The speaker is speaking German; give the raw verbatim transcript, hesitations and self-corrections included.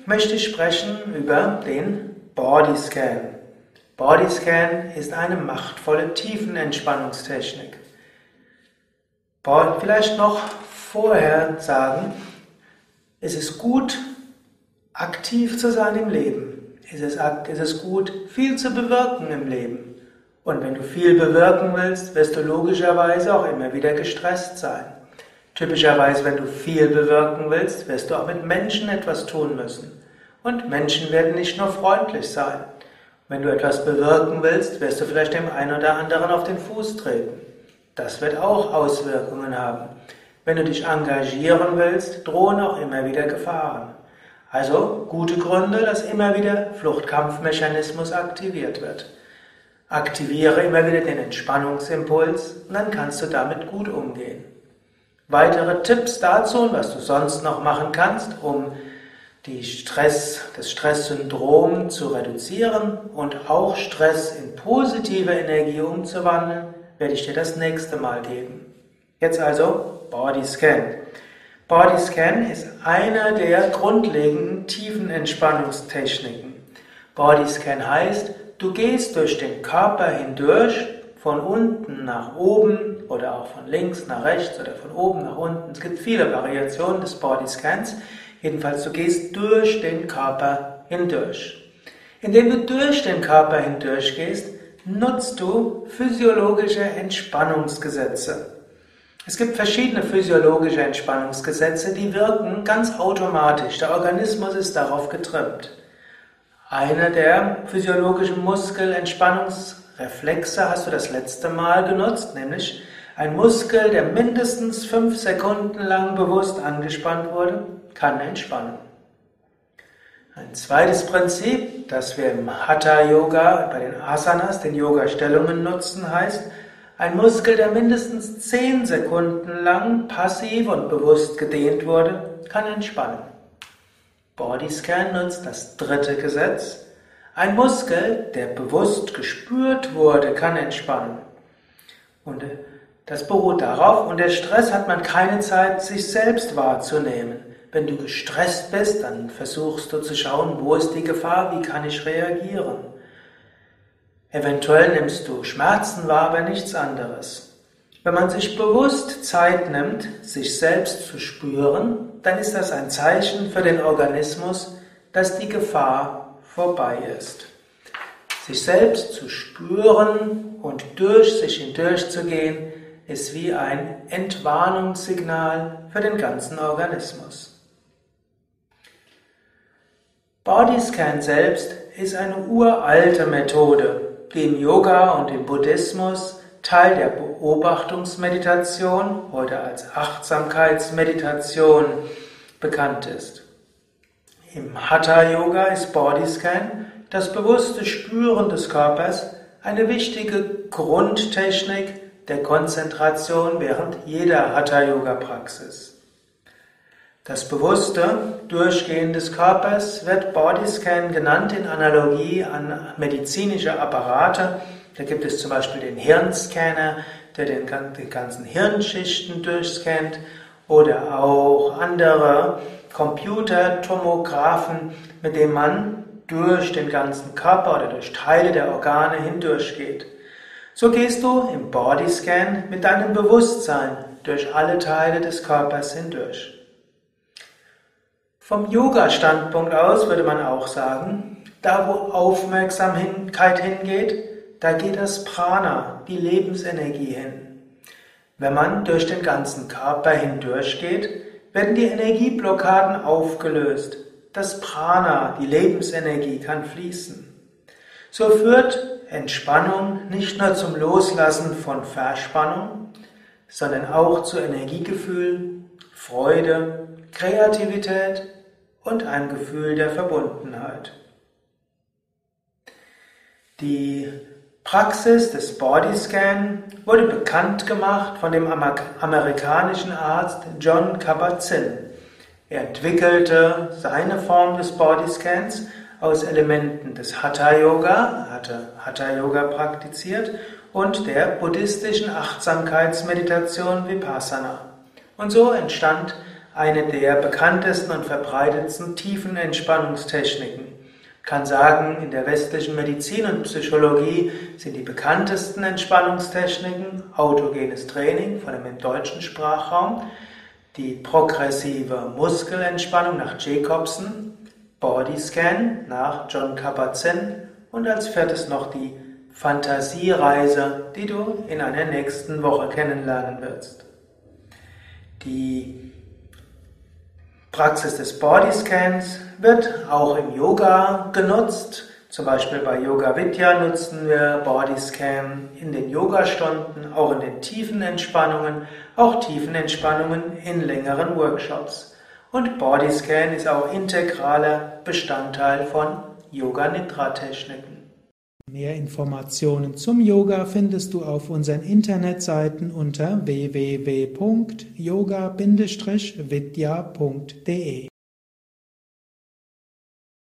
möchte ich sprechen über den Bodyscan. Bodyscan ist eine machtvolle Tiefenentspannungstechnik. Vielleicht noch vorher sagen, es ist gut, aktiv zu sein im Leben. Es ist, es ist gut, viel zu bewirken im Leben. Und wenn du viel bewirken willst, wirst du logischerweise auch immer wieder gestresst sein. Typischerweise, wenn du viel bewirken willst, wirst du auch mit Menschen etwas tun müssen. Und Menschen werden nicht nur freundlich sein. Wenn du etwas bewirken willst, wirst du vielleicht dem einen oder anderen auf den Fuß treten. Das wird auch Auswirkungen haben. Wenn du dich engagieren willst, drohen auch immer wieder Gefahren. Also gute Gründe, dass immer wieder Fluchtkampfmechanismus aktiviert wird. Aktiviere immer wieder den Entspannungsimpuls und dann kannst du damit gut umgehen. Weitere Tipps dazu und was du sonst noch machen kannst, um die Stress, das Stresssyndrom zu reduzieren und auch Stress in positive Energie umzuwandeln, werde ich dir das nächste Mal geben. Jetzt also Bodyscan. Bodyscan ist eine der grundlegenden tiefen Entspannungstechniken. Bodyscan heißt, du gehst durch den Körper hindurch, von unten nach oben oder auch von links nach rechts oder von oben nach unten. Es gibt viele Variationen des Bodyscans. Jedenfalls, du gehst durch den Körper hindurch. Indem du durch den Körper hindurch gehst, nutzt du physiologische Entspannungsgesetze. Es gibt verschiedene physiologische Entspannungsgesetze, die wirken ganz automatisch. Der Organismus ist darauf getrimmt. Einer der physiologischen Muskelentspannungsreflexe hast du das letzte Mal genutzt, nämlich ein Muskel, der mindestens fünf Sekunden lang bewusst angespannt wurde, kann entspannen. Ein zweites Prinzip, das wir im Hatha-Yoga, bei den Asanas, den Yoga-Stellungen nutzen, heißt, ein Muskel, der mindestens zehn Sekunden lang passiv und bewusst gedehnt wurde, kann entspannen. Bodyscan nutzt das dritte Gesetz. Ein Muskel, der bewusst gespürt wurde, kann entspannen. Und das beruht darauf, unter Stress hat man keine Zeit, sich selbst wahrzunehmen. Wenn du gestresst bist, dann versuchst du zu schauen, wo ist die Gefahr, wie kann ich reagieren. Eventuell nimmst du Schmerzen wahr, aber nichts anderes. Wenn man sich bewusst Zeit nimmt, sich selbst zu spüren, dann ist das ein Zeichen für den Organismus, dass die Gefahr vorbei ist. Sich selbst zu spüren und durch sich hindurchzugehen, ist wie ein Entwarnungssignal für den ganzen Organismus. Bodyscan selbst ist eine uralte Methode, die im Yoga und im Buddhismus Teil der Beobachtungsmeditation, heute als Achtsamkeitsmeditation, bekannt ist. Im Hatha-Yoga ist Bodyscan, das bewusste Spüren des Körpers, eine wichtige Grundtechnik der Konzentration während jeder Hatha-Yoga-Praxis. Das bewusste Durchgehen des Körpers wird Bodyscan genannt in Analogie an medizinische Apparate. Da gibt es zum Beispiel den Hirnscanner, der den, die ganzen Hirnschichten durchscannt, oder auch andere Computertomographen, mit denen man durch den ganzen Körper oder durch Teile der Organe hindurchgeht. So gehst du im Bodyscan mit deinem Bewusstsein durch alle Teile des Körpers hindurch. Vom Yoga-Standpunkt aus würde man auch sagen, da wo Aufmerksamkeit hingeht, da geht das Prana, die Lebensenergie hin. Wenn man durch den ganzen Körper hindurchgeht, werden die Energieblockaden aufgelöst. Das Prana, die Lebensenergie, kann fließen. So führt Entspannung nicht nur zum Loslassen von Verspannung, sondern auch zu Energiegefühl, Freude, Kreativität und ein Gefühl der Verbundenheit. Die Praxis des Bodyscan wurde bekannt gemacht von dem amerikanischen Arzt Jon Kabat-Zinn. Er entwickelte seine Form des Bodyscans aus Elementen des Hatha-Yoga, er hatte Hatha-Yoga praktiziert, und der buddhistischen Achtsamkeitsmeditation Vipassana. Und so entstand eine der bekanntesten und verbreitetsten tiefen Entspannungstechniken. Ich kann sagen, in der westlichen Medizin und Psychologie sind die bekanntesten Entspannungstechniken autogenes Training, vor allem im deutschen Sprachraum, die progressive Muskelentspannung nach Jacobson, Bodyscan nach Jon Kabat-Zinn und als viertes noch die Fantasiereise, die du in einer nächsten Woche kennenlernen wirst. Die Praxis des Bodyscans wird auch im Yoga genutzt. Zum Beispiel bei Yoga Vidya nutzen wir Bodyscan in den Yogastunden, auch in den tiefen Entspannungen, auch tiefen Entspannungen in längeren Workshops. Und Bodyscan ist auch integraler Bestandteil von Yoga-Nidra-Techniken. Mehr Informationen zum Yoga findest du auf unseren Internetseiten unter w w w punkt yoga Bindestrich vidya punkt de.